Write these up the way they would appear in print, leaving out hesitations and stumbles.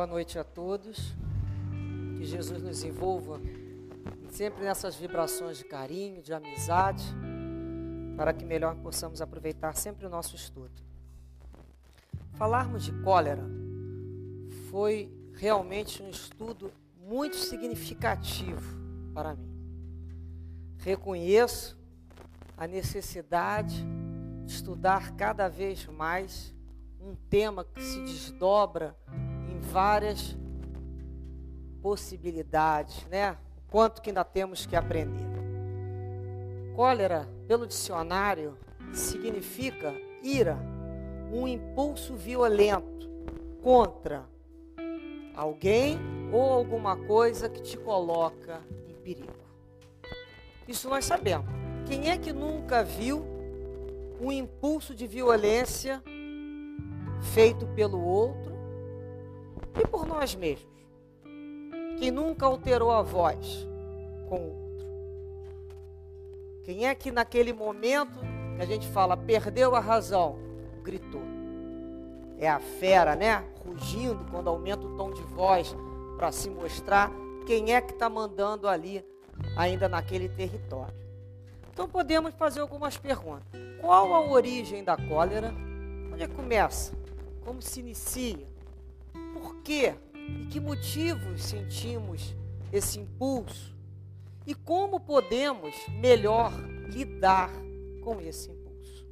Boa noite a todos. Que Jesus nos envolva sempre nessas vibrações de carinho, de amizade, para que melhor possamos aproveitar sempre o nosso estudo. Falarmos de cólera foi realmente um estudo muito significativo para mim. Reconheço a necessidade de estudar cada vez mais um tema que se desdobra em várias possibilidades, né? Quanto que ainda temos que aprender. Cólera, pelo dicionário, significa ira, um impulso violento contra alguém ou alguma coisa que te coloca em perigo. Isso nós sabemos. Quem é que nunca viu um impulso de violência feito pelo outro e por nós mesmos? Quem nunca alterou a voz com o outro? Quem é que naquele momento que a gente fala, perdeu a razão, gritou? É a fera, né? Rugindo quando aumenta o tom de voz para se mostrar quem é que está mandando ali ainda naquele território. Então podemos fazer algumas perguntas. Qual a origem da cólera? Onde é que começa? Como se inicia? Por quê? E que motivos sentimos esse impulso? E como podemos melhor lidar com esse impulso?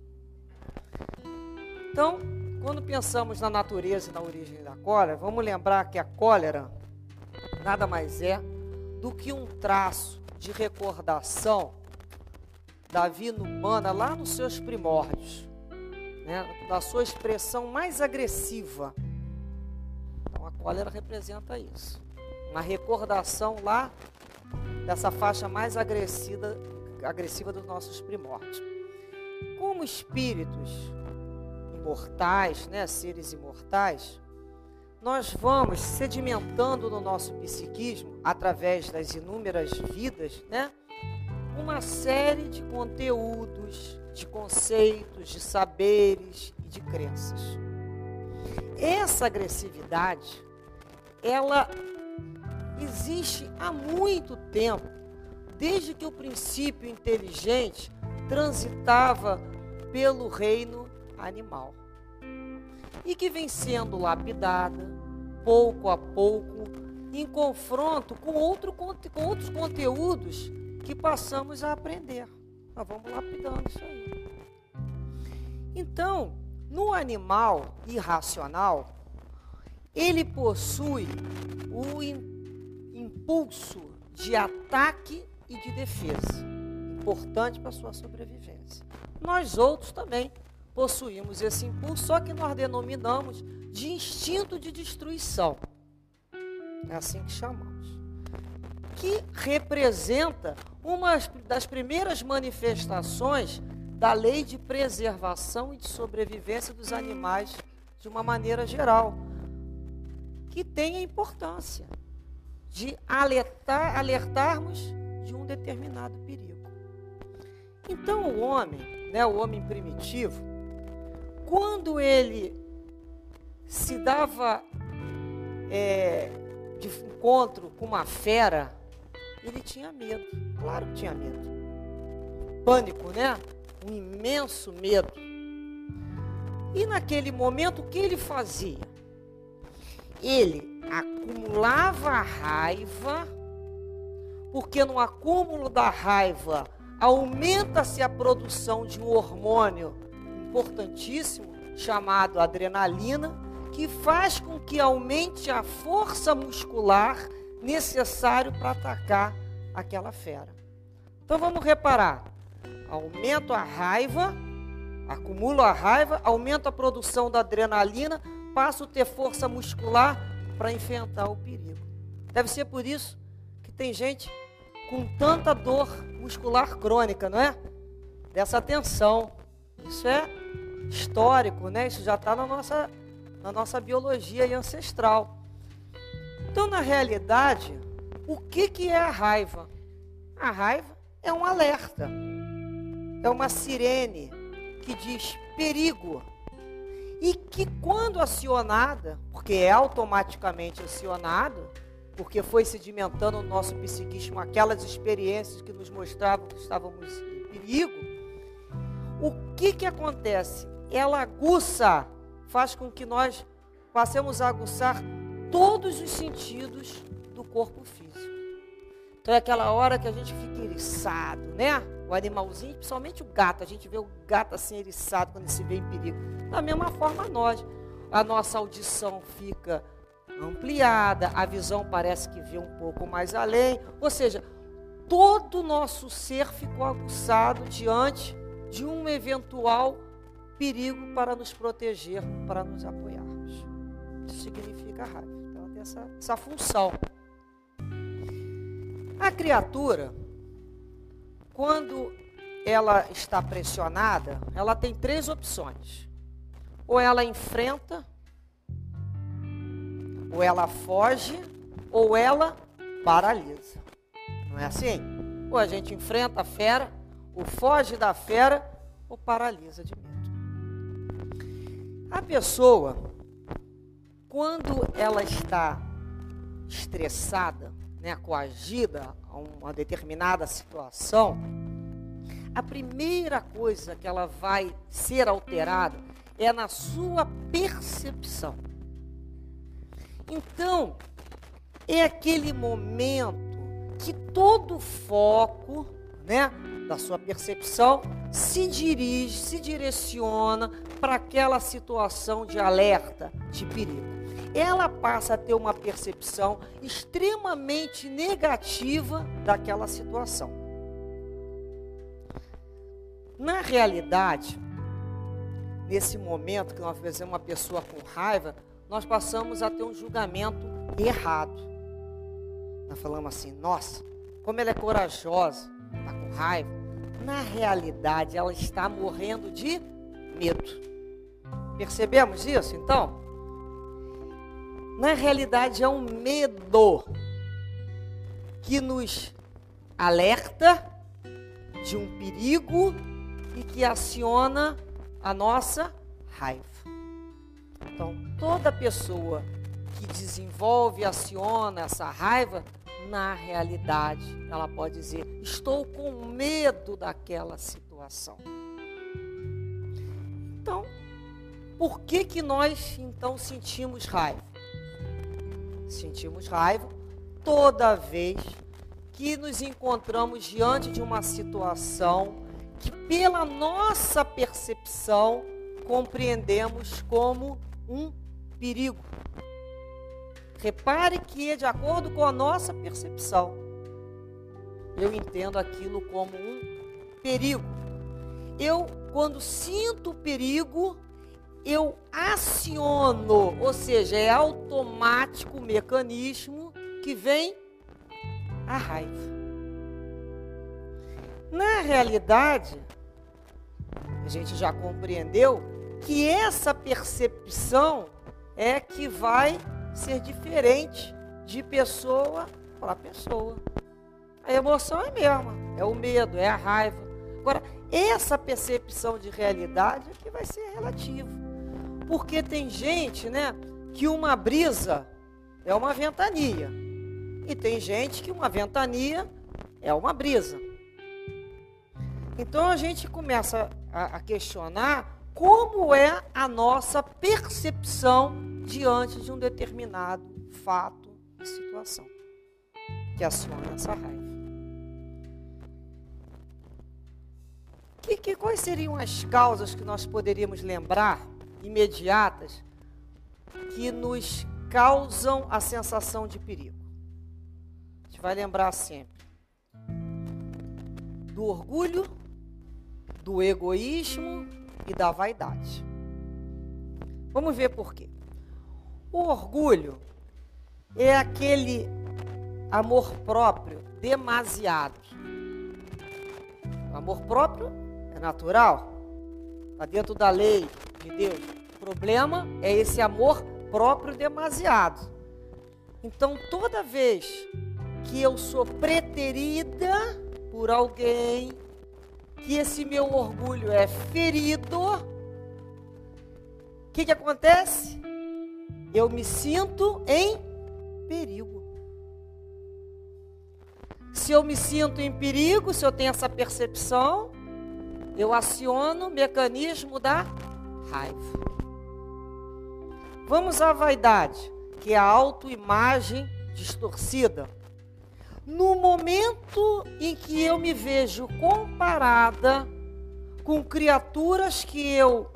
Então, quando pensamos na natureza e na origem da cólera, vamos lembrar que a cólera nada mais é do que um traço de recordação da vida humana lá nos seus primórdios, né? Da sua expressão mais agressiva. Então a cólera representa isso, uma recordação lá dessa faixa mais agressiva dos nossos primórdios. Como espíritos imortais, né? Seres imortais, nós vamos sedimentando no nosso psiquismo, através das inúmeras vidas, né? Uma série de conteúdos, de conceitos, de saberes e de crenças. Essa agressividade, ela existe há muito tempo, desde que o princípio inteligente transitava pelo reino animal. E que vem sendo lapidada, pouco a pouco, em confronto com outros conteúdos que passamos a aprender. Nós vamos lapidando isso aí. Então, no animal irracional, ele possui o impulso de ataque e de defesa, importante para a sua sobrevivência. Nós outros também possuímos esse impulso, só que nós denominamos de instinto de destruição. É assim que chamamos. Que representa uma das primeiras manifestações da lei de preservação e de sobrevivência dos animais de uma maneira geral, que tem a importância de alertarmos de um determinado perigo. Então o homem, né, o homem primitivo, quando ele se dava de encontro com uma fera, ele tinha medo, claro que tinha medo. Pânico, né? Um imenso medo. E naquele momento, o que ele fazia? Ele acumulava a raiva, porque no acúmulo da raiva aumenta-se a produção de um hormônio importantíssimo, chamado adrenalina, que faz com que aumente a força muscular necessário para atacar aquela fera. Então vamos reparar, aumento a raiva, acumulo a raiva, aumento a produção da adrenalina, passo a ter força muscular para enfrentar o perigo. Deve ser por isso que tem gente com tanta dor muscular crônica, não é? Dessa tensão. Isso é histórico, né? Isso já está na nossa biologia e ancestral. Então, na realidade, o que é a raiva? A raiva é um alerta, é uma sirene que diz perigo. e que quando acionada, porque é automaticamente acionada, porque foi sedimentando no nosso psiquismo aquelas experiências que nos mostravam que estávamos em perigo, o que acontece? Ela aguça, faz com que nós passemos a aguçar todos os sentidos do corpo físico. Então é aquela hora que a gente fica eriçado, né? O animalzinho, principalmente o gato, a gente vê o gato assim eriçado quando ele se vê em perigo. Da mesma forma a nossa audição fica ampliada, a visão parece que vê um pouco mais além, ou seja, todo o nosso ser ficou aguçado diante de um eventual perigo para nos proteger, para nos apoiarmos. Isso significa raiva. Então ela tem essa função. A criatura, quando ela está pressionada, ela tem 3 opções. Ou ela enfrenta, ou ela foge, ou ela paralisa. Não é assim? Ou a gente enfrenta a fera, ou foge da fera, ou paralisa de medo. A pessoa, quando ela está estressada, né, coagida a uma determinada situação, a primeira coisa que ela vai ser alterada é na sua percepção. Então, é aquele momento que todo o foco, né, da sua percepção se direciona para aquela situação de alerta, de perigo. Ela passa a ter uma percepção extremamente negativa daquela situação. Na realidade, nesse momento que nós vemos uma pessoa com raiva, nós passamos a ter um julgamento errado. Nós falamos assim, nossa, como ela é corajosa, está com raiva. Na realidade, ela está morrendo de medo. Percebemos isso, então? Na realidade, é um medo que nos alerta de um perigo e que aciona a nossa raiva. Então, toda pessoa que desenvolve e aciona essa raiva, na realidade, ela pode dizer, estou com medo daquela situação. Então, por que nós, então, sentimos raiva? Sentimos raiva toda vez que nos encontramos diante de uma situação que, pela nossa percepção, compreendemos como um perigo. Repare que é de acordo com a nossa percepção. Eu entendo aquilo como um perigo. Eu, quando sinto perigo, eu aciono, ou seja, é automático o mecanismo que vem a raiva. Na realidade, a gente já compreendeu que essa percepção é que vai ser diferente de pessoa para pessoa. A emoção é a mesma, é o medo, é a raiva. Agora, essa percepção de realidade é que vai ser relativa. Porque tem gente, né, que uma brisa é uma ventania. E tem gente que uma ventania é uma brisa. Então a gente começa a questionar como é a nossa percepção diante de um determinado fato e situação que aciona essa raiva. Quais seriam as causas que nós poderíamos lembrar imediatas que nos causam a sensação de perigo? A gente vai lembrar sempre do orgulho, do egoísmo e da vaidade. Vamos ver por quê. O orgulho é aquele amor próprio demasiado. O amor próprio é natural, está dentro da lei de Deus. O problema é esse amor próprio demasiado. Então, toda vez que eu sou preterida por alguém, que esse meu orgulho é ferido, que acontece? Eu me sinto em perigo. Se eu me sinto em perigo, se eu tenho essa percepção, eu aciono o mecanismo da raiva. Vamos à vaidade, que é a autoimagem distorcida. No momento em que eu me vejo comparada com criaturas que eu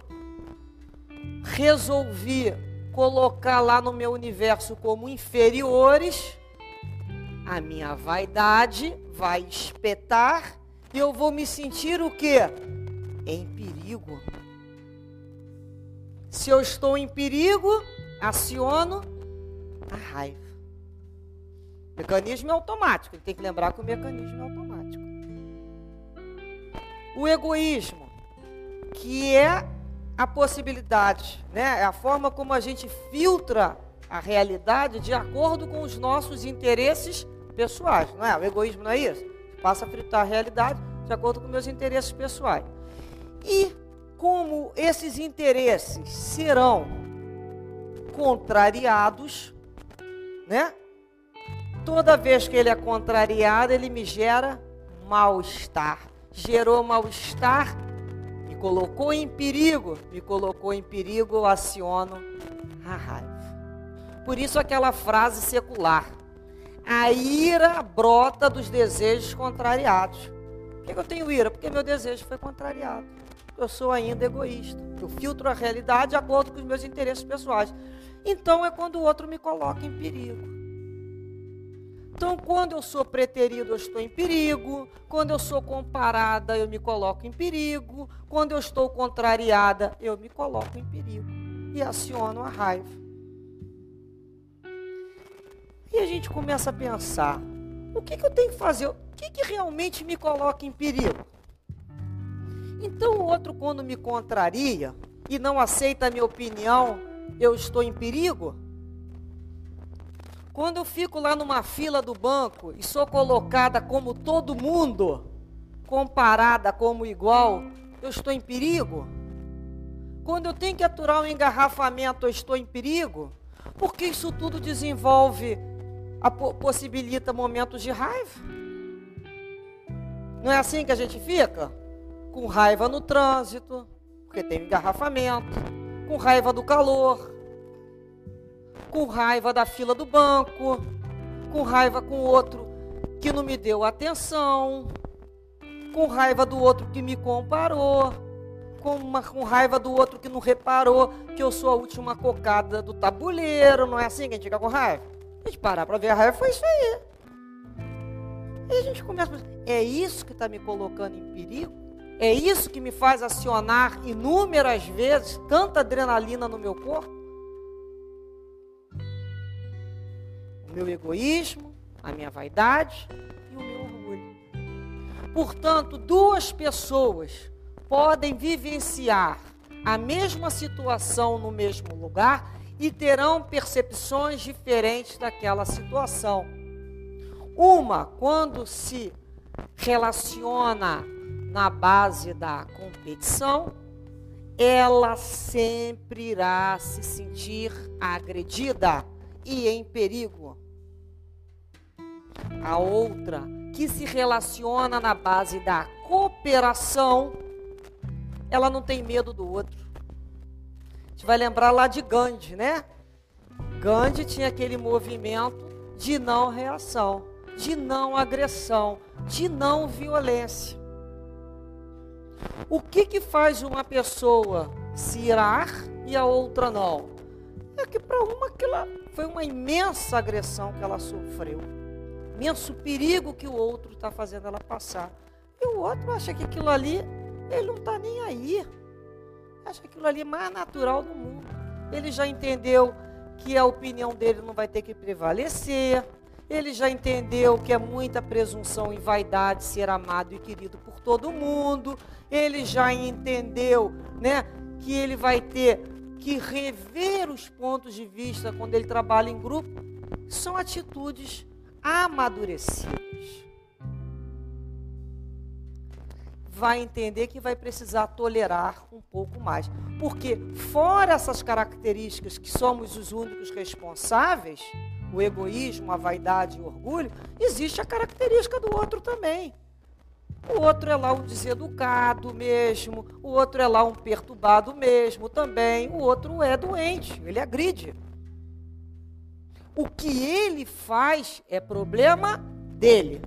resolvi colocar lá no meu universo como inferiores, a minha vaidade vai espetar e eu vou me sentir o quê? Em perigo. Se eu estou em perigo, aciono a raiva. O mecanismo é automático, tem que lembrar que o mecanismo é automático. O egoísmo, que é a possibilidade, né? É a forma como a gente filtra a realidade de acordo com os nossos interesses pessoais, não é? O egoísmo não é isso? Passa a filtrar a realidade de acordo com meus interesses pessoais. E como esses interesses serão contrariados, né? Toda vez que ele é contrariado, ele me gera mal-estar. Gerou mal-estar, me colocou em perigo, eu aciono a raiva. Por isso aquela frase secular: a ira brota dos desejos contrariados. Por que eu tenho ira? Porque meu desejo foi contrariado. Eu sou ainda egoísta. Eu filtro a realidade de acordo com os meus interesses pessoais. Então é quando o outro me coloca em perigo. Então, quando eu sou preterido, eu estou em perigo. Quando eu sou comparada, eu me coloco em perigo. Quando eu estou contrariada, eu me coloco em perigo. E aciono a raiva. E a gente começa a pensar, o que eu tenho que fazer? O que realmente me coloca em perigo? Então, o outro, quando me contraria e não aceita a minha opinião, eu estou em perigo? Quando eu fico lá numa fila do banco e sou colocada como todo mundo, comparada como igual, eu estou em perigo? Quando eu tenho que aturar um engarrafamento, eu estou em perigo? Porque isso tudo desenvolve, possibilita momentos de raiva. Não é assim que a gente fica? Com raiva no trânsito, porque tem engarrafamento, com raiva do calor, com raiva da fila do banco, com raiva com o outro que não me deu atenção, com raiva do outro que me comparou, com raiva do outro que não reparou que eu sou a última cocada do tabuleiro. Não é assim que a gente fica com raiva? A gente parar para ver a raiva, foi isso aí. E a gente começa a pensar, é isso que está me colocando em perigo? É isso que me faz acionar inúmeras vezes tanta adrenalina no meu corpo? O meu egoísmo, a minha vaidade e o meu orgulho. Portanto, duas pessoas podem vivenciar a mesma situação no mesmo lugar e terão percepções diferentes daquela situação. Uma, quando se relaciona na base da competição, ela sempre irá se sentir agredida e em perigo. A outra, que se relaciona na base da cooperação, ela não tem medo do outro. A gente vai lembrar lá de Gandhi, né? Gandhi tinha aquele movimento de não reação, de não agressão, de não violência. O que faz uma pessoa se irar e a outra não? É que para uma aquela foi uma imensa agressão que ela sofreu, imenso perigo que o outro está fazendo ela passar. E o outro acha que aquilo ali, ele não está nem aí. Acha que aquilo ali é mais natural do mundo. Ele já entendeu que a opinião dele não vai ter que prevalecer. Ele já entendeu que é muita presunção e vaidade ser amado e querido por todo mundo. Ele já entendeu, né, que ele vai ter que rever os pontos de vista quando ele trabalha em grupo. São atitudes amadurecidas. vai entender que vai precisar tolerar um pouco mais. Porque fora essas características que somos os únicos responsáveis, o egoísmo, a vaidade e o orgulho, existe a característica do outro também. O outro é lá um deseducado mesmo, o outro é lá um perturbado mesmo também, o outro é doente, ele agride. O que ele faz é problema dele.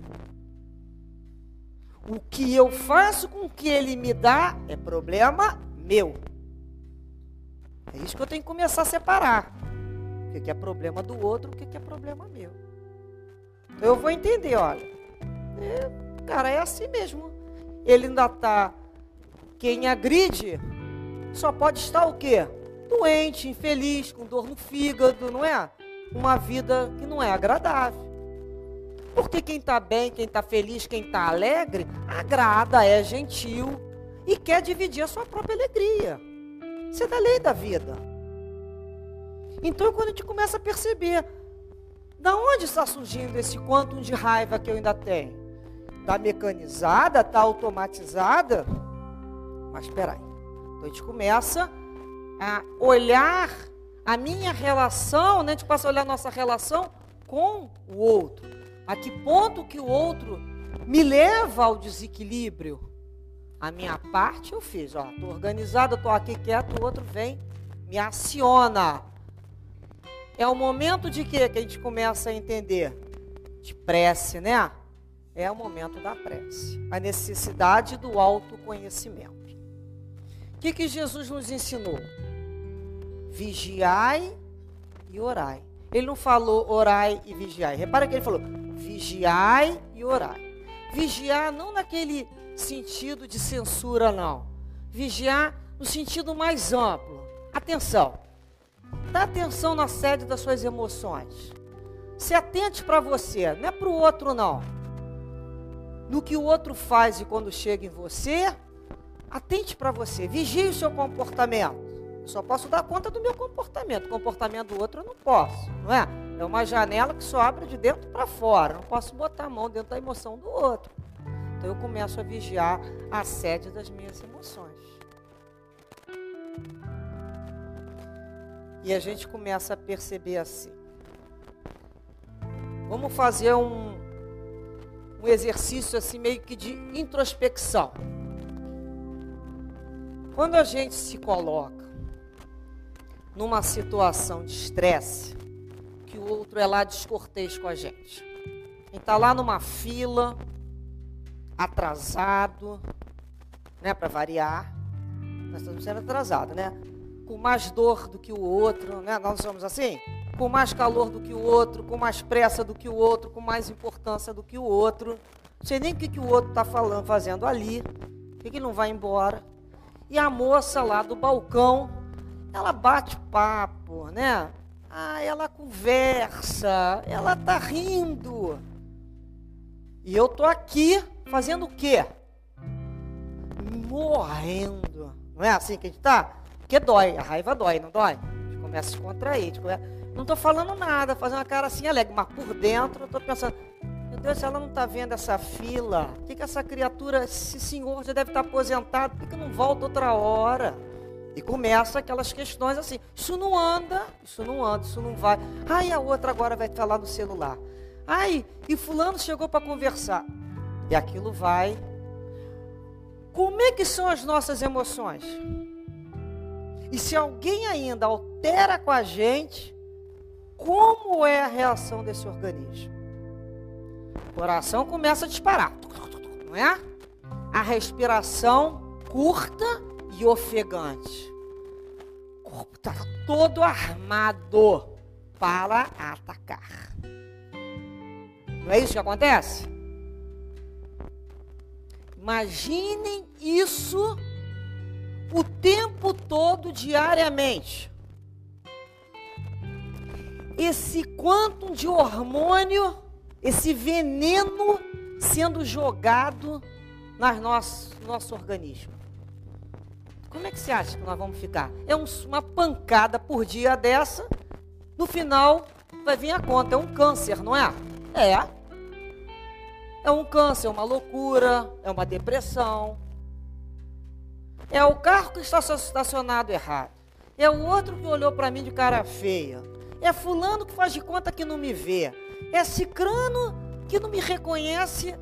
O que eu faço com o que ele me dá é problema meu. É isso que eu tenho que começar a separar. O que é problema do outro, o que é problema meu. Então eu vou entender, olha. Cara, é assim mesmo. Ele ainda está... Quem agride só pode estar o quê? Doente, infeliz, com dor no fígado, não é? Uma vida que não é agradável. Porque quem está bem, quem está feliz, quem está alegre, agrada, é gentil e quer dividir a sua própria alegria. Isso é da lei da vida. Então, quando a gente começa a perceber, da onde está surgindo esse quantum de raiva que eu ainda tenho? Está mecanizada, está automatizada? Mas espera aí. Então, a gente começa a olhar a minha relação, né? A gente passa a olhar a nossa relação com o outro. A que ponto que o outro me leva ao desequilíbrio? A minha parte eu fiz, ó, estou organizado, estou aqui quieto, o outro vem, me aciona. É o momento de quê que a gente começa a entender? De prece, né? É o momento da prece. A necessidade do autoconhecimento. O que Jesus nos ensinou? Vigiai e orai. Ele não falou orai e vigiai. Repara que ele falou vigiai e orai. Vigiar não naquele sentido de censura, não. Vigiar no sentido mais amplo. Atenção. Dá atenção na sede das suas emoções. Se atente para você, não é para o outro, não. No que o outro faz e quando chega em você, atente para você. Vigie o seu comportamento. Eu só posso dar conta do meu comportamento. O comportamento do outro eu não posso, não é? É uma janela que só abre de dentro para fora. Não posso botar a mão dentro da emoção do outro. Então eu começo a vigiar a sede das minhas emoções. E a gente começa a perceber assim. Vamos fazer um exercício assim meio que de introspecção. Quando a gente se coloca numa situação de estresse, que o outro é lá descortês com a gente. A gente está lá numa fila, atrasado, né, para variar. Nós estamos sendo atrasados, né? Com mais dor do que o outro, né? Nós somos assim? Com mais calor do que o outro, com mais pressa do que o outro, com mais importância do que o outro. Não sei nem o que o outro está falando, fazendo ali, por que não vai embora. E a moça lá do balcão, ela bate papo, né? Ela conversa, ela tá rindo. E eu tô aqui fazendo o quê? Morrendo. Não é assim que a gente tá? Porque dói, a raiva dói, não dói? A gente começa a se contrair. Não tô falando nada, fazendo uma cara assim alegre, mas por dentro eu tô pensando, meu Deus, ela não tá vendo essa fila? O que essa criatura, esse senhor já deve estar aposentado, por que não volta outra hora? E começa aquelas questões assim, isso não anda, isso não vai. A outra agora vai falar no celular. E fulano chegou para conversar. E aquilo vai. Como é que são as nossas emoções? E se alguém ainda altera com a gente, como é a reação desse organismo? O coração começa a disparar, não é? A respiração curta e ofegante. O corpo está todo armado para atacar. Não é isso que acontece? Imaginem isso o tempo todo, diariamente. Esse quantum de hormônio, esse veneno sendo jogado no nosso organismo. Como é que você acha que nós vamos ficar? É uma pancada por dia dessa, no final vai vir a conta, é um câncer, não é? É um câncer, é uma loucura, é uma depressão, É o carro que está estacionado errado. É o outro que olhou para mim de cara feia. É fulano que faz de conta que não me vê. É cicrano que não me reconhece.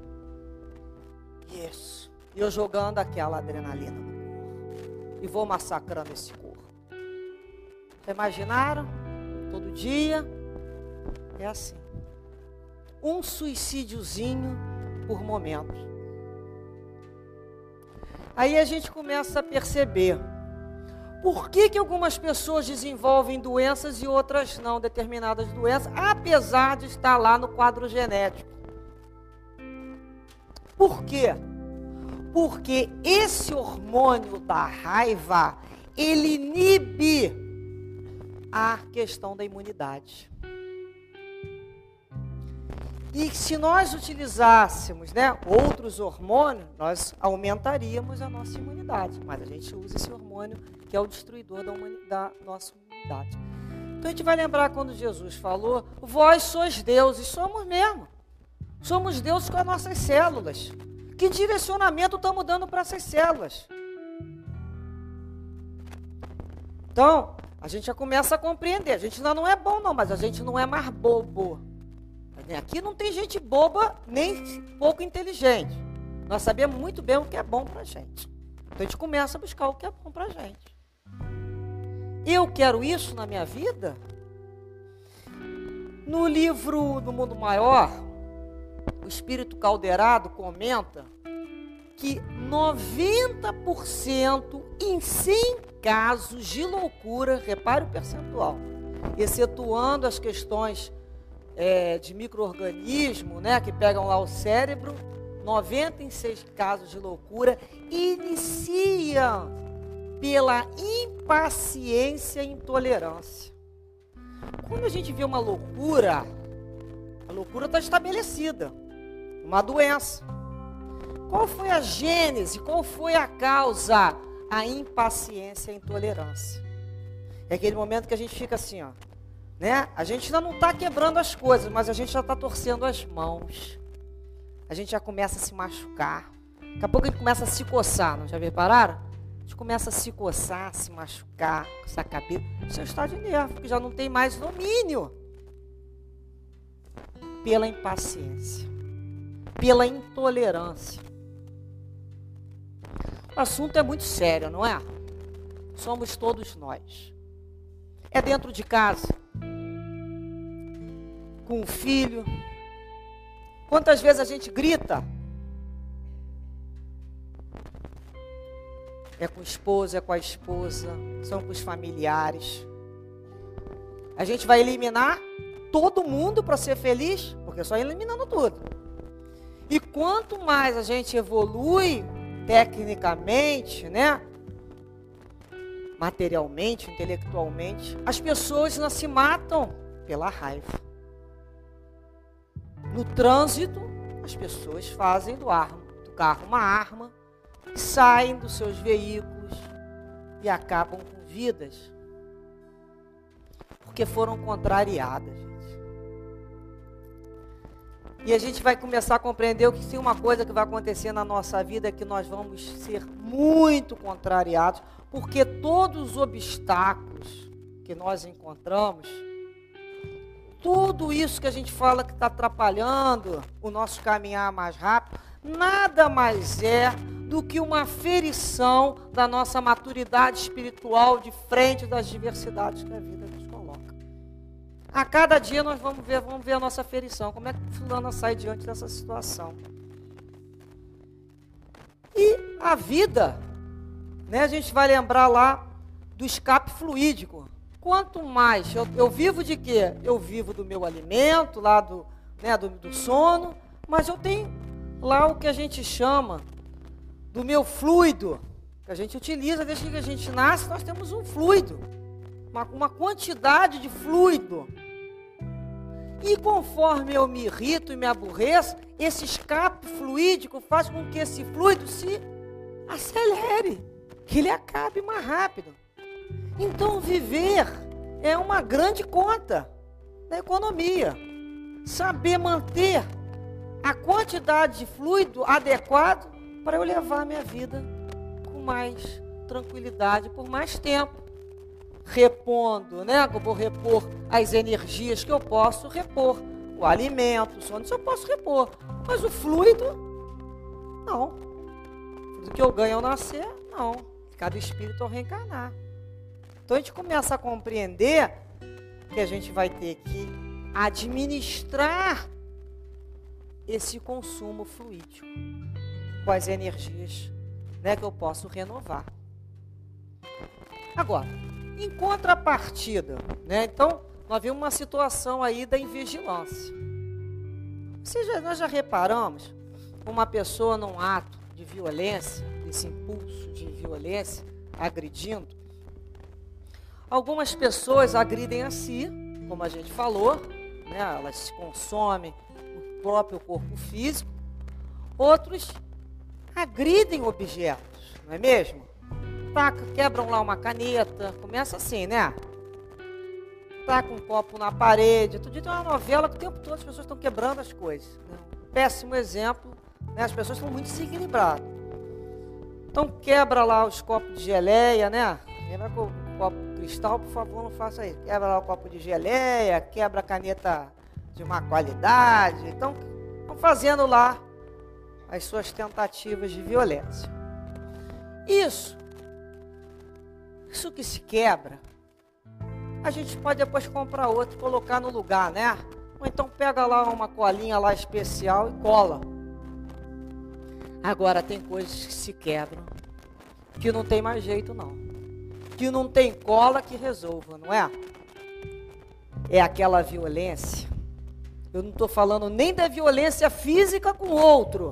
Isso. E eu jogando aquela adrenalina no corpo. E vou massacrando esse corpo. Já imaginaram? Todo dia é assim. Um suicídiozinho por momento. Aí a gente começa a perceber por que algumas pessoas desenvolvem doenças e outras não, determinadas doenças, apesar de estar lá no quadro genético. Por quê? Porque esse hormônio da raiva, ele inibe a questão da imunidade. E se nós utilizássemos, outros hormônios, nós aumentaríamos a nossa imunidade. Mas a gente usa esse hormônio que é o destruidor da nossa imunidade. Então a gente vai lembrar quando Jesus falou, vós sois deuses, somos mesmo. Somos deuses com as nossas células. Que direcionamento estamos dando para essas células? Então, a gente já começa a compreender. A gente ainda não é bom não, mas a gente não é mais bobo. Aqui não tem gente boba, nem pouco inteligente. Nós sabemos muito bem o que é bom para a gente. Então a gente começa a buscar o que é bom para a gente. Eu quero isso na minha vida? No livro do Mundo Maior, o Espírito Calderado comenta que 90% em 100 casos de loucura, repare o percentual, excetuando as questões de micro-organismo, que pegam lá o cérebro, 96 casos de loucura iniciam pela impaciência e intolerância. Quando a gente vê uma loucura, a loucura está estabelecida, uma doença. Qual foi a gênese, qual foi a causa? A impaciência e a intolerância. É aquele momento que a gente fica assim, ó. A gente ainda não está quebrando as coisas, mas a gente já está torcendo as mãos. A gente já começa a se machucar. Daqui a pouco a gente começa a se coçar, não já repararam? A gente começa a se coçar, se machucar, coçar a cabeça. Isso é um estado de nervo, porque já não tem mais domínio. Pela impaciência, pela intolerância. O assunto é muito sério, não é? Somos todos nós. É dentro de casa, com o filho. Quantas vezes a gente grita? É com o esposo, é com a esposa, são com os familiares. A gente vai eliminar todo mundo para ser feliz, porque só eliminando tudo. E quanto mais a gente evolui tecnicamente, materialmente, intelectualmente, as pessoas não se matam pela raiva. No trânsito, as pessoas fazem do carro uma arma, saem dos seus veículos e acabam com vidas, porque foram contrariadas, gente. E a gente vai começar a compreender que tem uma coisa que vai acontecer na nossa vida, é que nós vamos ser muito contrariados, porque todos os obstáculos que nós encontramos, tudo isso que a gente fala que está atrapalhando o nosso caminhar mais rápido, nada mais é do que uma ferição da nossa maturidade espiritual de frente das diversidades que a vida nos coloca. A cada dia nós vamos ver a nossa ferição, como é que fulana sai diante dessa situação. E a vida, a gente vai lembrar lá do escape fluídico. Quanto mais, eu vivo de quê? Eu vivo do meu alimento, lá do sono, mas eu tenho lá o que a gente chama do meu fluido, que a gente utiliza desde que a gente nasce. Nós temos um fluido, uma quantidade de fluido. E conforme eu me irrito e me aborreço, esse escape fluídico faz com que esse fluido se acelere, que ele acabe mais rápido. Então viver é uma grande conta da economia. Saber manter a quantidade de fluido adequado para eu levar a minha vida com mais tranquilidade, por mais tempo. Repondo, né? Eu vou repor as energias que eu posso repor. O alimento, o sono, isso eu posso repor. Mas o fluido, não. Do que eu ganho ao nascer, não. Cada espírito ao reencarnar. Então a gente começa a compreender que a gente vai ter que administrar esse consumo fluídico com as energias, né, que eu posso renovar. Agora, em contrapartida, né, então nós vimos uma situação aí da invigilância. Nós já reparamos uma pessoa num ato de violência, desse impulso de violência, agredindo. Algumas pessoas agridem a si, como a gente falou, né, elas consomem o próprio corpo físico. Outros agridem objetos, não é mesmo? Quebram lá uma caneta, começa assim, né? Taca um copo na parede. Outro dia tem uma novela que o tempo todo as pessoas estão quebrando as coisas, né? Péssimo exemplo, né? As pessoas estão muito desequilibradas. Então quebra lá os copos de geleia, né? Lembra que o copo cristal, por favor, não faça isso. Quebra lá o copo de geleia, quebra a caneta de má qualidade. Então, estão fazendo lá as suas tentativas de violência. Isso que se quebra, a gente pode depois comprar outro e colocar no lugar, né? Ou então pega lá uma colinha lá especial e cola. Agora tem coisas que se quebram, que não tem mais jeito não. Que não tem cola que resolva, não é? É aquela violência. Eu não estou falando nem da violência física com o outro.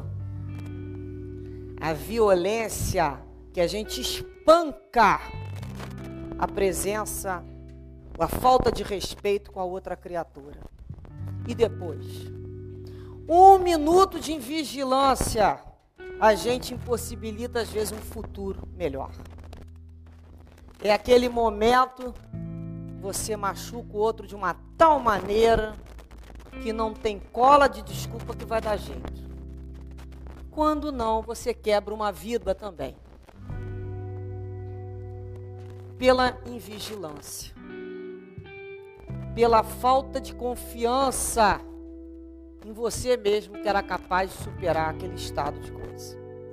A violência que a gente espanca a presença, a falta de respeito com a outra criatura. E depois, 1 minuto de invigilância, a gente impossibilita às vezes um futuro melhor. É aquele momento você machuca o outro de uma tal maneira que não tem cola de desculpa que vai dar jeito. Quando não, você quebra uma vida também. Pela invigilância. Pela falta de confiança em você mesmo que era capaz de superar aquele estado de coisa.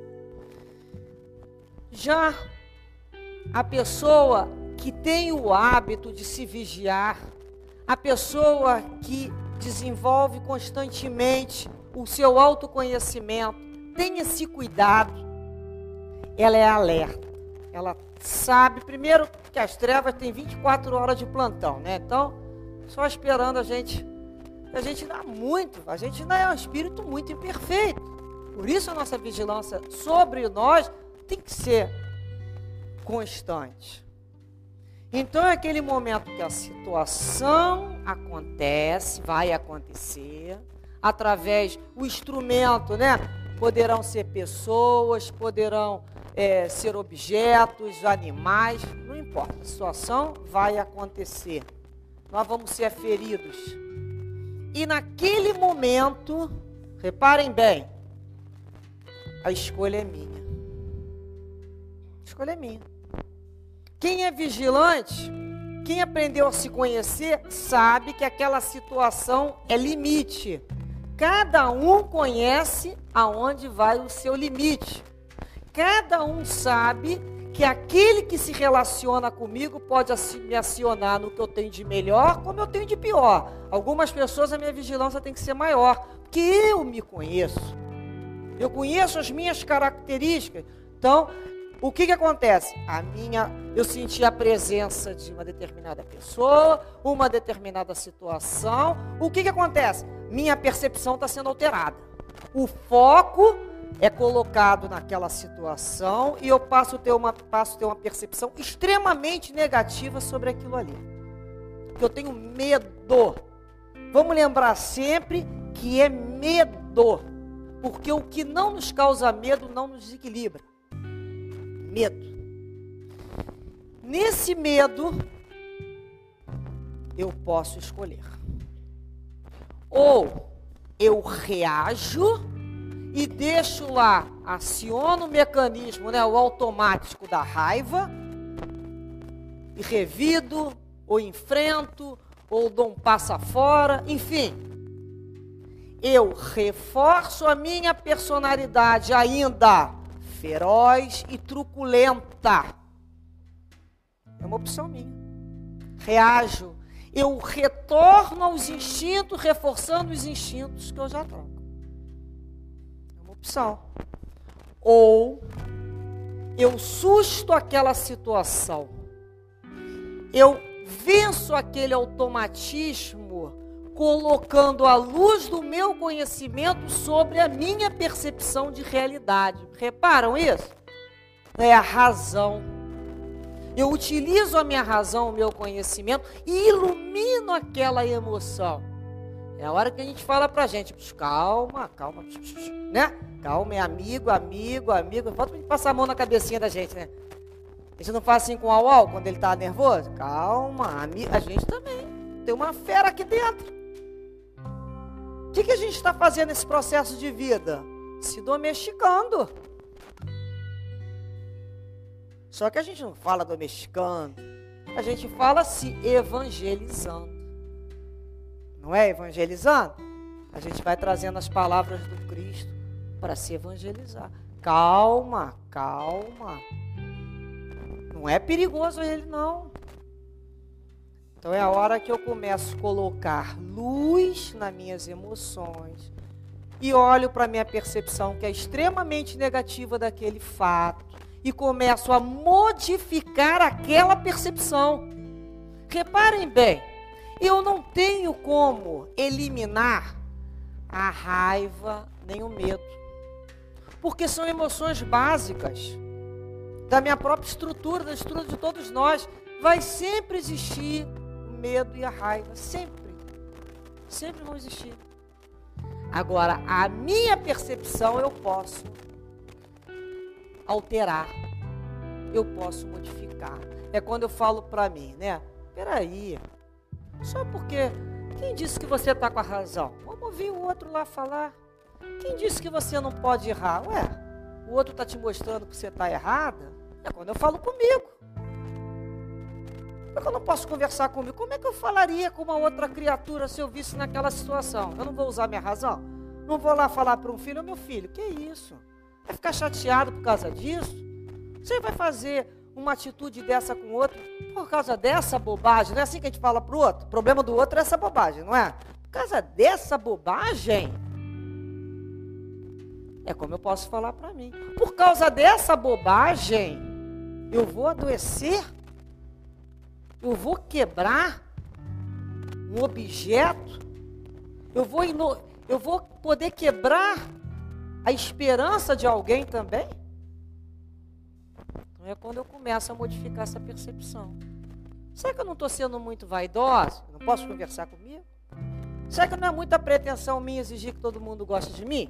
Já a pessoa que tem o hábito de se vigiar, a pessoa que desenvolve constantemente o seu autoconhecimento, tem esse cuidado, ela é alerta. Ela sabe, primeiro, que as trevas têm 24 horas de plantão, né? Então, só esperando a gente dá muito, a gente ainda é um espírito muito imperfeito. Por isso a nossa vigilância sobre nós tem que ser constante. Então é aquele momento que a situação acontece, vai acontecer, através do instrumento, né? Poderão ser pessoas, poderão ser objetos, animais, não importa, a situação vai acontecer. Nós vamos ser feridos. E naquele momento, reparem bem, a escolha é minha. A escolha é minha. Quem é vigilante, quem aprendeu a se conhecer, sabe que aquela situação é limite. Cada um conhece aonde vai o seu limite. Cada um sabe que aquele que se relaciona comigo pode me acionar no que eu tenho de melhor, como eu tenho de pior. Algumas pessoas a minha vigilância tem que ser maior, porque eu me conheço. Eu conheço as minhas características. Então, o que acontece? Eu senti a presença de uma determinada pessoa, uma determinada situação. O que acontece? Minha percepção está sendo alterada. O foco é colocado naquela situação e eu passo a ter uma percepção extremamente negativa sobre aquilo ali. Porque eu tenho medo. Vamos lembrar sempre que é medo. Porque o que não nos causa medo não nos desequilibra. Medo. Nesse medo, eu posso escolher. Ou eu reajo e deixo lá aciono o mecanismo, né, o automático da raiva, e revido, ou enfrento, ou dou um passo fora, enfim. Eu reforço a minha personalidade ainda feroz e truculenta. É uma opção minha. Reajo. Eu retorno aos instintos, reforçando os instintos que eu já trago. É uma opção. Ou eu susto aquela situação. Eu venço aquele automatismo, colocando a luz do meu conhecimento sobre a minha percepção de realidade. Reparam isso? É a razão. Eu utilizo a minha razão, o meu conhecimento e ilumino aquela emoção. É a hora que a gente fala pra gente, calma, calma, né? Calma, é amigo, amigo, amigo. Falta pra gente passar a mão na cabecinha da gente, né? A gente não faz assim com o Aual quando ele tá nervoso? Calma, a gente também. Tem uma fera aqui dentro. O que a gente está fazendo nesse processo de vida? Se domesticando. Só que a gente não fala domesticando. A gente fala se evangelizando. Não é evangelizando? A gente vai trazendo as palavras do Cristo para se evangelizar. Calma, calma. Não é perigoso ele, não. Então é a hora que eu começo a colocar luz nas minhas emoções e olho para a minha percepção, que é extremamente negativa daquele fato, e começo a modificar aquela percepção. Reparem bem, eu não tenho como eliminar a raiva nem o medo, porque são emoções básicas da minha própria estrutura, da estrutura de todos nós. Vai sempre existir medo e a raiva, sempre vão existir. Agora, a minha percepção eu posso alterar, eu posso modificar. É quando eu falo para mim, né? Peraí, só porque quem disse que você está com a razão? Vamos ouvir o outro lá falar. Quem disse que você não pode errar? Ué, o outro está te mostrando que você está errada? É quando eu falo comigo. Como é que eu não posso conversar comigo? Como é que eu falaria com uma outra criatura se eu visse naquela situação? Eu não vou usar minha razão? Não vou lá falar para um filho, meu filho, que isso? Vai ficar chateado por causa disso? Você vai fazer uma atitude dessa com o outro por causa dessa bobagem? Não é assim que a gente fala para o outro? O problema do outro é essa bobagem, não é? Por causa dessa bobagem? É como eu posso falar para mim. Por causa dessa bobagem, eu vou adoecer? Eu vou quebrar um objeto? Eu vou poder quebrar a esperança de alguém também? Então é quando eu começo a modificar essa percepção. Será que eu não estou sendo muito vaidosa? Não posso conversar comigo? Será que não é muita pretensão minha exigir que todo mundo goste de mim?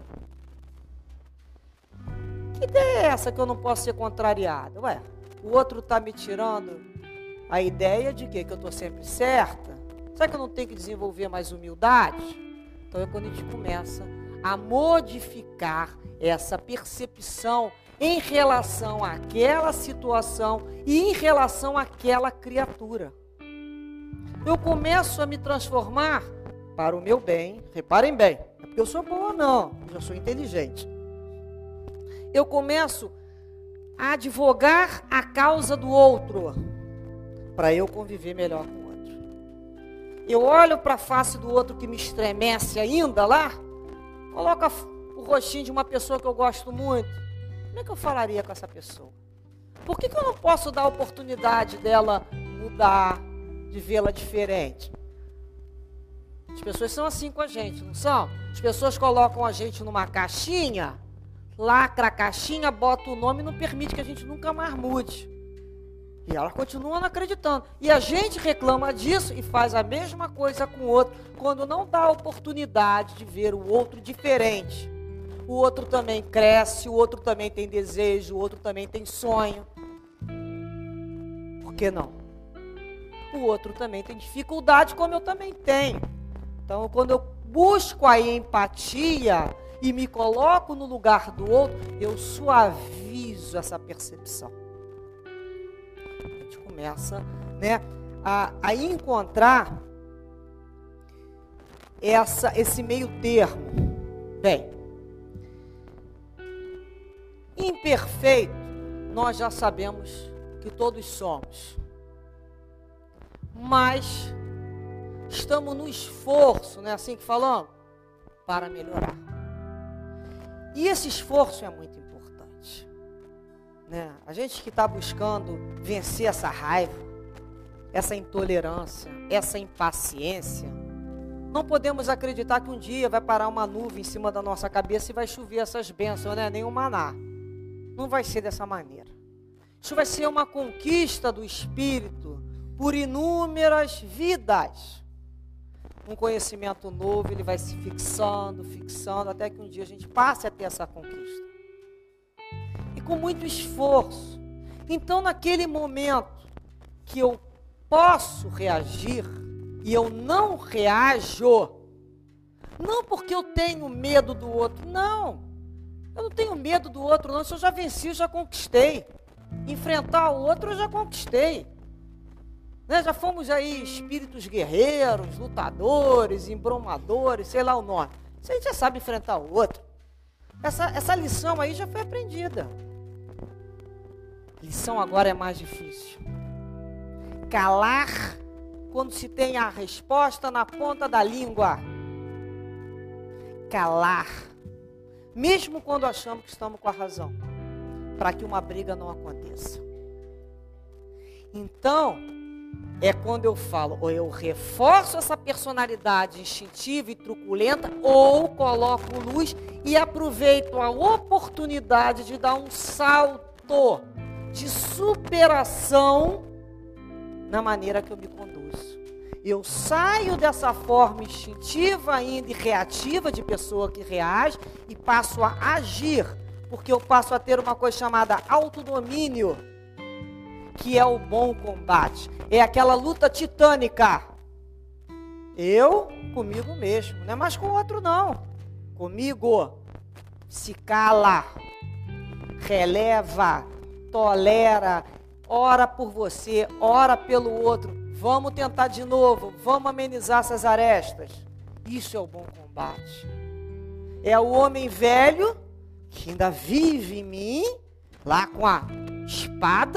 Que ideia é essa que eu não posso ser contrariado? Ué, o outro está me tirando a ideia de quê? Que eu estou sempre certa? Será que eu não tenho que desenvolver mais humildade? Então é quando a gente começa a modificar essa percepção em relação àquela situação e em relação àquela criatura. Eu começo a me transformar para o meu bem. Reparem bem, não é porque eu sou boa não, eu já sou inteligente. Eu começo a advogar a causa do outro, para eu conviver melhor com o outro. Eu olho para a face do outro que me estremece ainda lá, coloca o rostinho de uma pessoa que eu gosto muito. Como é que eu falaria com essa pessoa? Por que eu não posso dar a oportunidade dela mudar, de vê-la diferente? As pessoas são assim com a gente, não são? As pessoas colocam a gente numa caixinha, lacra a caixinha, bota o nome e não permite que a gente nunca mais mude. E ela continua não acreditando. E a gente reclama disso e faz a mesma coisa com o outro, quando não dá a oportunidade de ver o outro diferente. O outro também cresce, o outro também tem desejo, o outro também tem sonho. Por que não? O outro também tem dificuldade, como eu também tenho. Então, quando eu busco a empatia e me coloco no lugar do outro, eu suavizo essa percepção. A gente começa, né, a encontrar esse meio termo. Bem, imperfeito, nós já sabemos que todos somos. Mas estamos no esforço, não é assim que falamos? Para melhorar. E esse esforço é muito importante, né? A gente que está buscando vencer essa raiva, essa intolerância, essa impaciência, não podemos acreditar que um dia vai parar uma nuvem em cima da nossa cabeça e vai chover essas bênçãos, né? Nem um maná. Não vai ser dessa maneira. Isso vai ser uma conquista do Espírito por inúmeras vidas. Um conhecimento novo, ele vai se fixando, até que um dia a gente passe a ter essa conquista. E com muito esforço. Então, naquele momento que eu posso reagir e eu não reajo, não porque eu tenho medo do outro, não. Eu não tenho medo do outro, não. Se eu já venci, eu já conquistei. Enfrentar o outro, eu já conquistei. Né? Já fomos aí espíritos guerreiros, lutadores, embromadores, sei lá o nome. Isso a gente já sabe enfrentar o outro. Essa lição aí já foi aprendida. A lição agora é mais difícil. Calar quando se tem a resposta na ponta da língua. Calar. Mesmo quando achamos que estamos com a razão. Para que uma briga não aconteça. Então, é quando eu falo, ou eu reforço essa personalidade instintiva e truculenta, ou coloco luz e aproveito a oportunidade de dar um salto de superação na maneira que eu me conduzo. Eu saio dessa forma instintiva ainda e reativa de pessoa que reage e passo a agir, porque eu passo a ter uma coisa chamada autodomínio, que é o bom combate. É aquela luta titânica. Eu comigo mesmo, não é mais com o outro não. Comigo. Se cala, releva, tolera, ora por você, ora pelo outro. Vamos tentar de novo, vamos amenizar essas arestas. Isso é o bom combate. É o homem velho que ainda vive em mim, lá com a espada,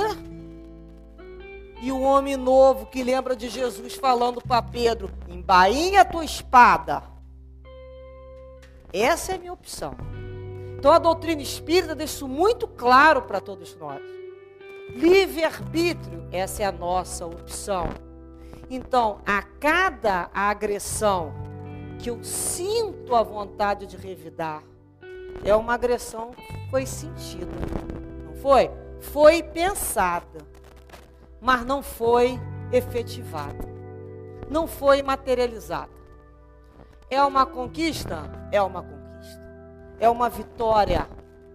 e o homem novo que lembra de Jesus falando para Pedro, embainha a tua espada. Essa é a minha opção. Então a doutrina espírita deixa isso muito claro para todos nós. Livre-arbítrio, essa é a nossa opção. Então, a cada agressão que eu sinto a vontade de revidar, é uma agressão que foi sentida, não foi? Foi pensada, mas não foi efetivada, não foi materializada. É uma conquista? É uma conquista. É uma vitória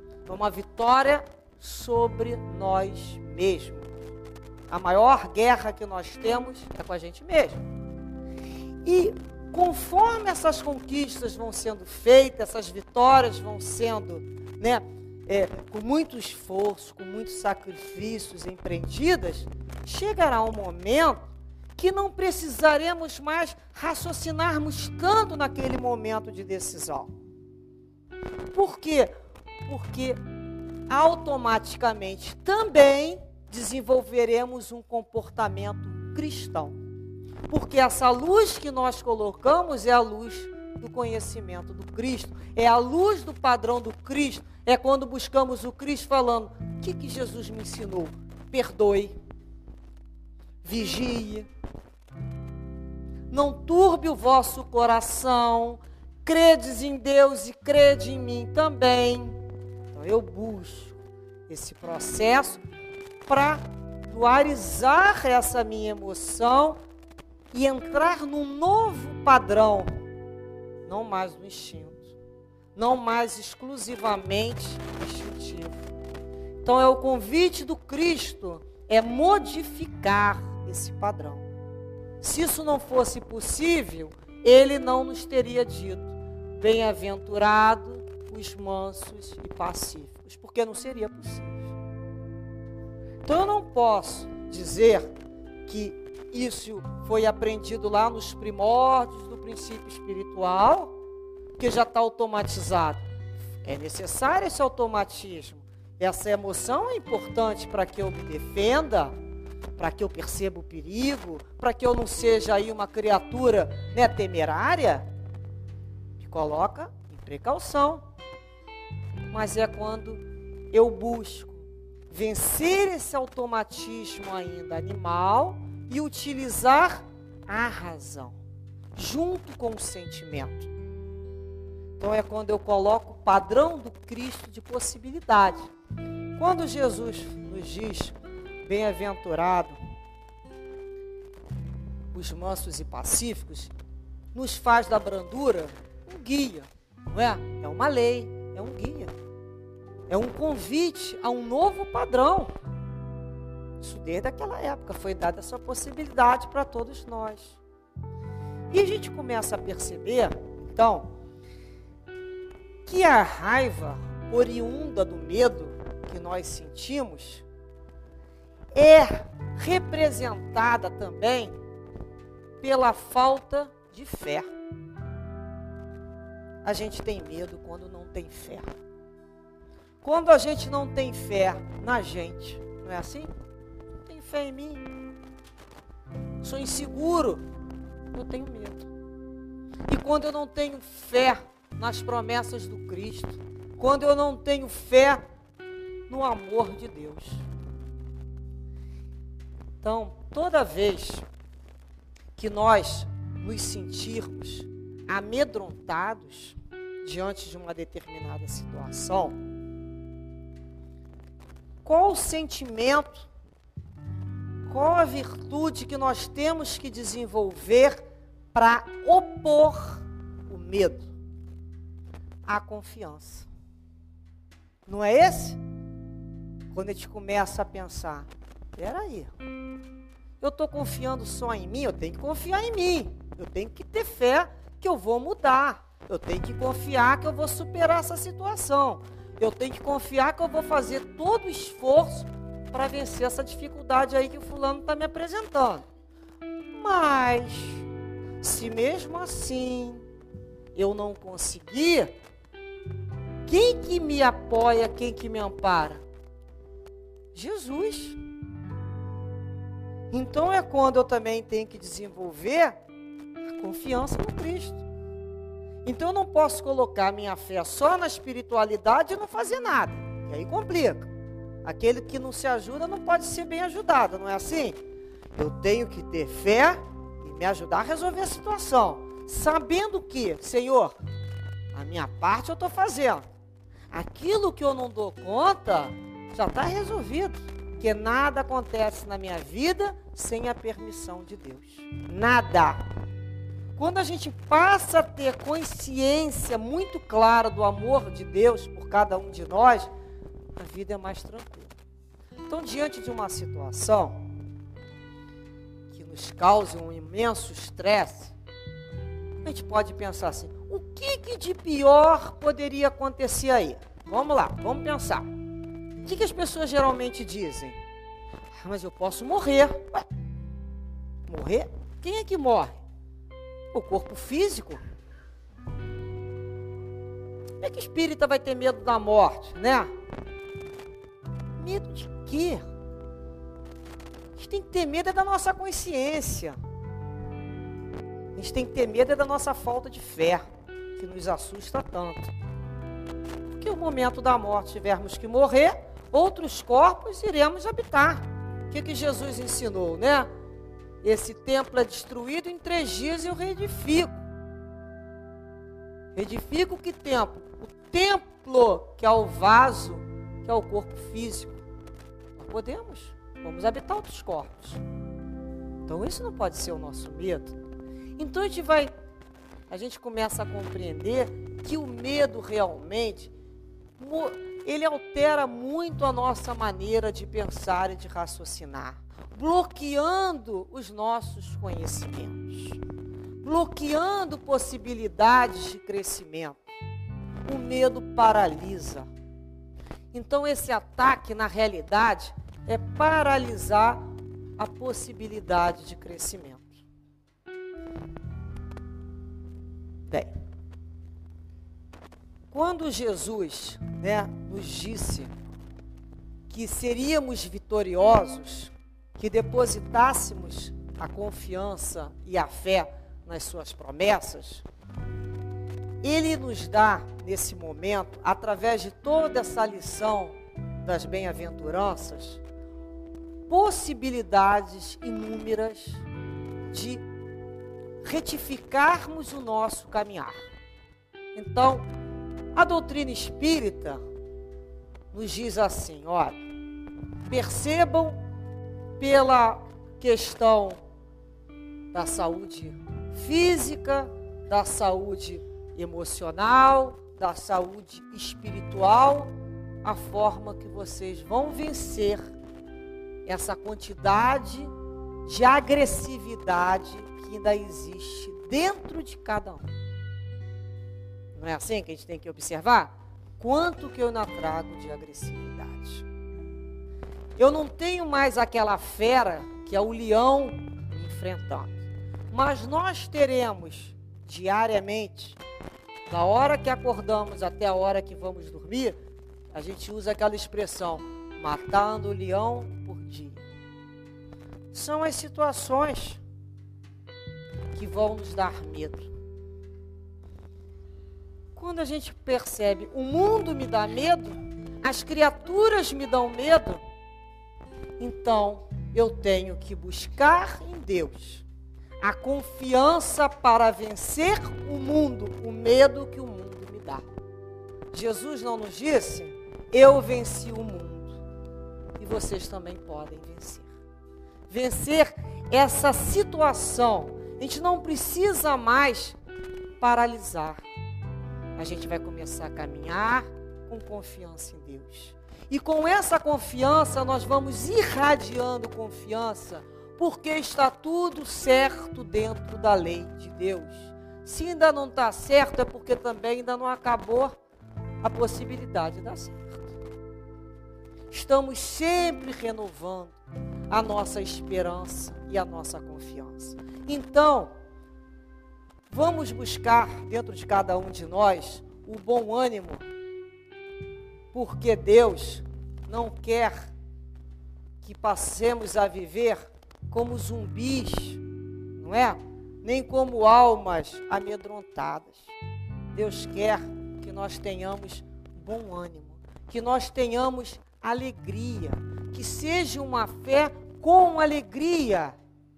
sobre nós mesmos. A maior guerra que nós temos é com a gente mesmo. E conforme essas conquistas vão sendo feitas, essas vitórias vão sendo, né, com muito esforço, com muitos sacrifícios empreendidas, chegará um momento que não precisaremos mais raciocinarmos tanto naquele momento de decisão. Por quê? Porque automaticamente também desenvolveremos um comportamento cristão. Porque essa luz que nós colocamos é a luz do conhecimento do Cristo, é a luz do padrão do Cristo, é quando buscamos o Cristo falando, o que Jesus me ensinou? Perdoe, vigie, não turbe o vosso coração, credes em Deus e crede em mim também. Então eu busco esse processo para dualizar essa minha emoção e entrar num novo padrão, não mais no instinto, não mais exclusivamente instintivo. Então é o convite do Cristo, é modificar esse padrão. Se isso não fosse possível, ele não nos teria dito, bem-aventurado os mansos e pacíficos, porque não seria possível. Então eu não posso dizer que isso foi aprendido lá nos primórdios do princípio espiritual, que já está automatizado. É necessário esse automatismo. Essa emoção é importante para que eu me defenda, para que eu perceba o perigo, para que eu não seja aí uma criatura, né, temerária, que coloca em precaução. Mas é quando eu busco vencer esse automatismo ainda animal e utilizar a razão, junto com o sentimento. Então é quando eu coloco o padrão do Cristo de possibilidade. Quando Jesus nos diz, bem-aventurado os mansos e pacíficos, nos faz da brandura um guia, não é? É uma lei, é um guia. É um convite a um novo padrão. Isso desde aquela época foi dada essa possibilidade para todos nós. E a gente começa a perceber, então, que a raiva oriunda do medo que nós sentimos é representada também pela falta de fé. A gente tem medo quando não tem fé. Quando a gente não tem fé na gente, não é assim? Não tem fé em mim. Sou inseguro, eu tenho medo. E quando eu não tenho fé nas promessas do Cristo, quando eu não tenho fé no amor de Deus. Então, toda vez que nós nos sentirmos amedrontados diante de uma determinada situação, qual o sentimento, qual a virtude que nós temos que desenvolver para opor o medo? A confiança. Não é esse? Quando a gente começa a pensar, peraí, eu estou confiando só em mim, eu tenho que confiar em mim, eu tenho que ter fé que eu vou mudar, eu tenho que confiar que eu vou superar essa situação, eu tenho que confiar que eu vou fazer todo o esforço para vencer essa dificuldade aí que o fulano está me apresentando. Mas, se mesmo assim eu não conseguir, quem que me apoia, quem que me ampara? Jesus. Então é quando eu também tenho que desenvolver a confiança no Cristo. Então eu não posso colocar minha fé só na espiritualidade e não fazer nada, que aí complica. Aquele que não se ajuda não pode ser bem ajudado, não é assim? Eu tenho que ter fé e me ajudar a resolver a situação, sabendo que, Senhor, a minha parte eu estou fazendo. Aquilo que eu não dou conta já está resolvido, porque nada acontece na minha vida sem a permissão de Deus. Nada. Quando a gente passa a ter consciência muito clara do amor de Deus por cada um de nós, a vida é mais tranquila. Então, diante de uma situação que nos cause um imenso estresse, a gente pode pensar assim, o que de pior poderia acontecer aí? Vamos lá, vamos pensar. O que as pessoas geralmente dizem? Ah, mas eu posso morrer. Ué, morrer? Quem é que morre? O corpo físico. Como é que espírita vai ter medo da morte, né? Medo de quê? A gente tem que ter medo da nossa consciência. A gente tem que ter medo da nossa falta de fé, que nos assusta tanto. Porque o momento da morte tivermos que morrer, outros corpos iremos habitar. O que Jesus ensinou, né? Esse templo é destruído em 3 dias e eu reedifico. Reedifico que templo? O templo, que é o vaso, que é o corpo físico. Nós vamos habitar outros corpos. Então isso não pode ser o nosso medo. Então a gente começa a compreender que o medo realmente, ele altera muito a nossa maneira de pensar e de raciocinar, bloqueando os nossos conhecimentos, bloqueando possibilidades de crescimento. o medo paralisa. Então esse ataque, na realidade, é paralisar a possibilidade de crescimento. Bem, quando Jesus, nos disse que seríamos vitoriosos, que depositássemos a confiança e a fé nas suas promessas, Ele nos dá, nesse momento, através de toda essa lição das bem-aventuranças, possibilidades inúmeras de retificarmos o nosso caminhar. Então, a doutrina espírita nos diz assim, olha, percebam pela questão da saúde física, da saúde emocional, da saúde espiritual, a forma que vocês vão vencer essa quantidade de agressividade que ainda existe dentro de cada um. Não é assim que a gente tem que observar? Quanto que eu ainda trago de agressividade. Eu não tenho mais aquela fera que é o leão enfrentando. Mas nós teremos diariamente, da hora que acordamos até a hora que vamos dormir, a gente usa aquela expressão, matando o leão por dia. São as situações que vão nos dar medo. Quando a gente percebe, o mundo me dá medo, as criaturas me dão medo, então eu tenho que buscar em Deus a confiança para vencer o mundo, o medo que o mundo me dá. Jesus não nos disse, eu venci o mundo, e vocês também podem vencer. Vencer essa situação, a gente não precisa mais paralisar. A gente vai começar a caminhar com confiança em Deus. E com essa confiança nós vamos irradiando confiança, porque está tudo certo dentro da lei de Deus. Se ainda não está certo, é porque também ainda não acabou a possibilidade de dar certo. Estamos sempre renovando a nossa esperança e a nossa confiança. Então, vamos buscar dentro de cada um de nós o bom ânimo, porque Deus não quer que passemos a viver como zumbis, não é? Nem como almas amedrontadas. Deus quer que nós tenhamos bom ânimo, que nós tenhamos alegria, que seja uma fé com alegria.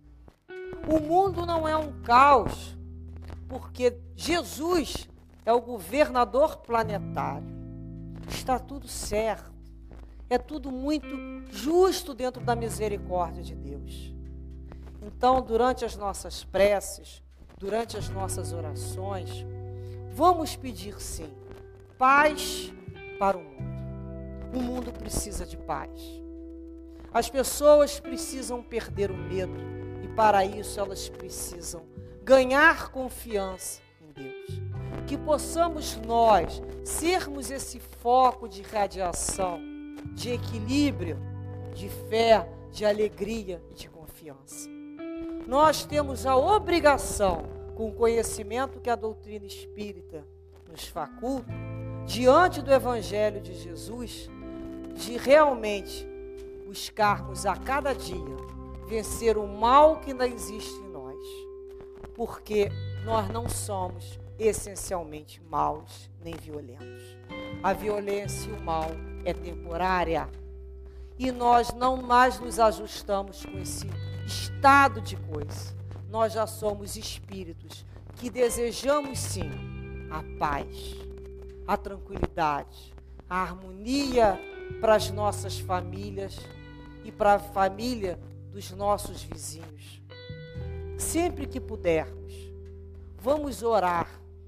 O mundo não é um caos, porque Jesus é o governador planetário. Está tudo certo. É tudo muito justo dentro da misericórdia de Deus. Então, durante as nossas preces, durante as nossas orações, vamos pedir sim, paz para o mundo. O mundo precisa de paz. As pessoas precisam perder o medo e para isso elas precisam ganhar confiança em Deus. Que possamos nós sermos esse foco de radiação, de equilíbrio, de fé, de alegria e de confiança. Nós temos a obrigação, com o conhecimento que a doutrina espírita nos faculta, diante do Evangelho de Jesus, de realmente buscarmos a cada dia vencer o mal que ainda existe em nós, porque nós não somos essencialmente maus nem violentos. A violência e o mal é temporária e nós não mais nos ajustamos com esse estado de coisa. Nós já somos espíritos que desejamos sim a paz, a tranquilidade, a harmonia para as nossas famílias e para a família dos nossos vizinhos. Sempre que pudermos, vamos orar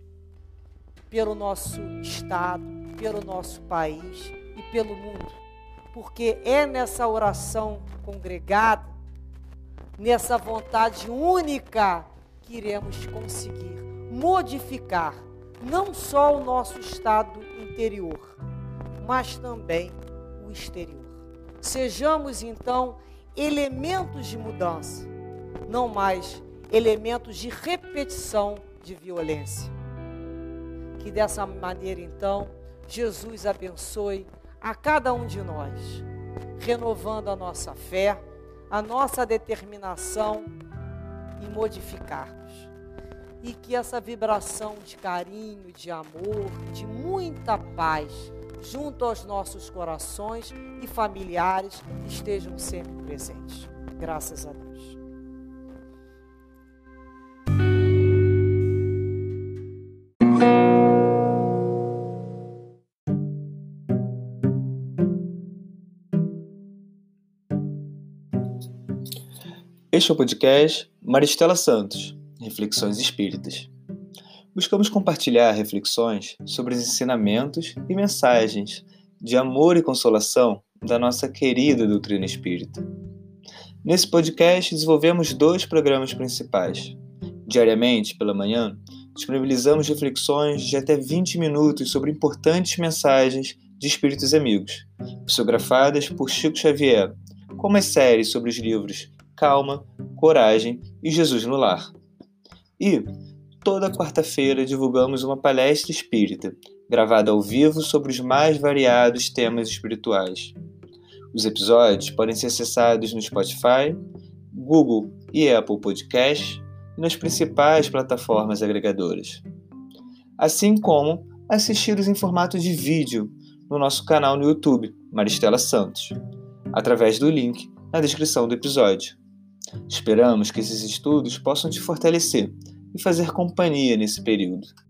pelo nosso estado, pelo nosso país e pelo mundo, porque é nessa oração congregada, nessa vontade única, que iremos conseguir modificar não só o nosso estado interior, mas também o exterior. Sejamos, então, elementos de mudança, não mais elementos de repetição de violência. Que dessa maneira, então, Jesus abençoe a cada um de nós, renovando a nossa fé, a nossa determinação em modificar-nos. E que essa vibração de carinho, de amor, de muita paz, junto aos nossos corações e familiares, estejam sempre presentes. Graças a Deus. Este é o podcast Maristela Santos, Reflexões Espíritas. Buscamos compartilhar reflexões sobre os ensinamentos e mensagens de amor e consolação da nossa querida doutrina espírita. Nesse podcast, desenvolvemos 2 programas principais. Diariamente, pela manhã, disponibilizamos reflexões de até 20 minutos sobre importantes mensagens de espíritos amigos, psicografadas por Chico Xavier, como as séries sobre os livros Calma, Coragem e Jesus no Lar. E, toda quarta-feira, divulgamos uma palestra espírita, gravada ao vivo sobre os mais variados temas espirituais. Os episódios podem ser acessados no Spotify, Google e Apple Podcasts e nas principais plataformas agregadoras. Assim como assisti-los em formato de vídeo no nosso canal no YouTube, Maristela Santos, através do link na descrição do episódio. Esperamos que esses estudos possam te fortalecer e fazer companhia nesse período.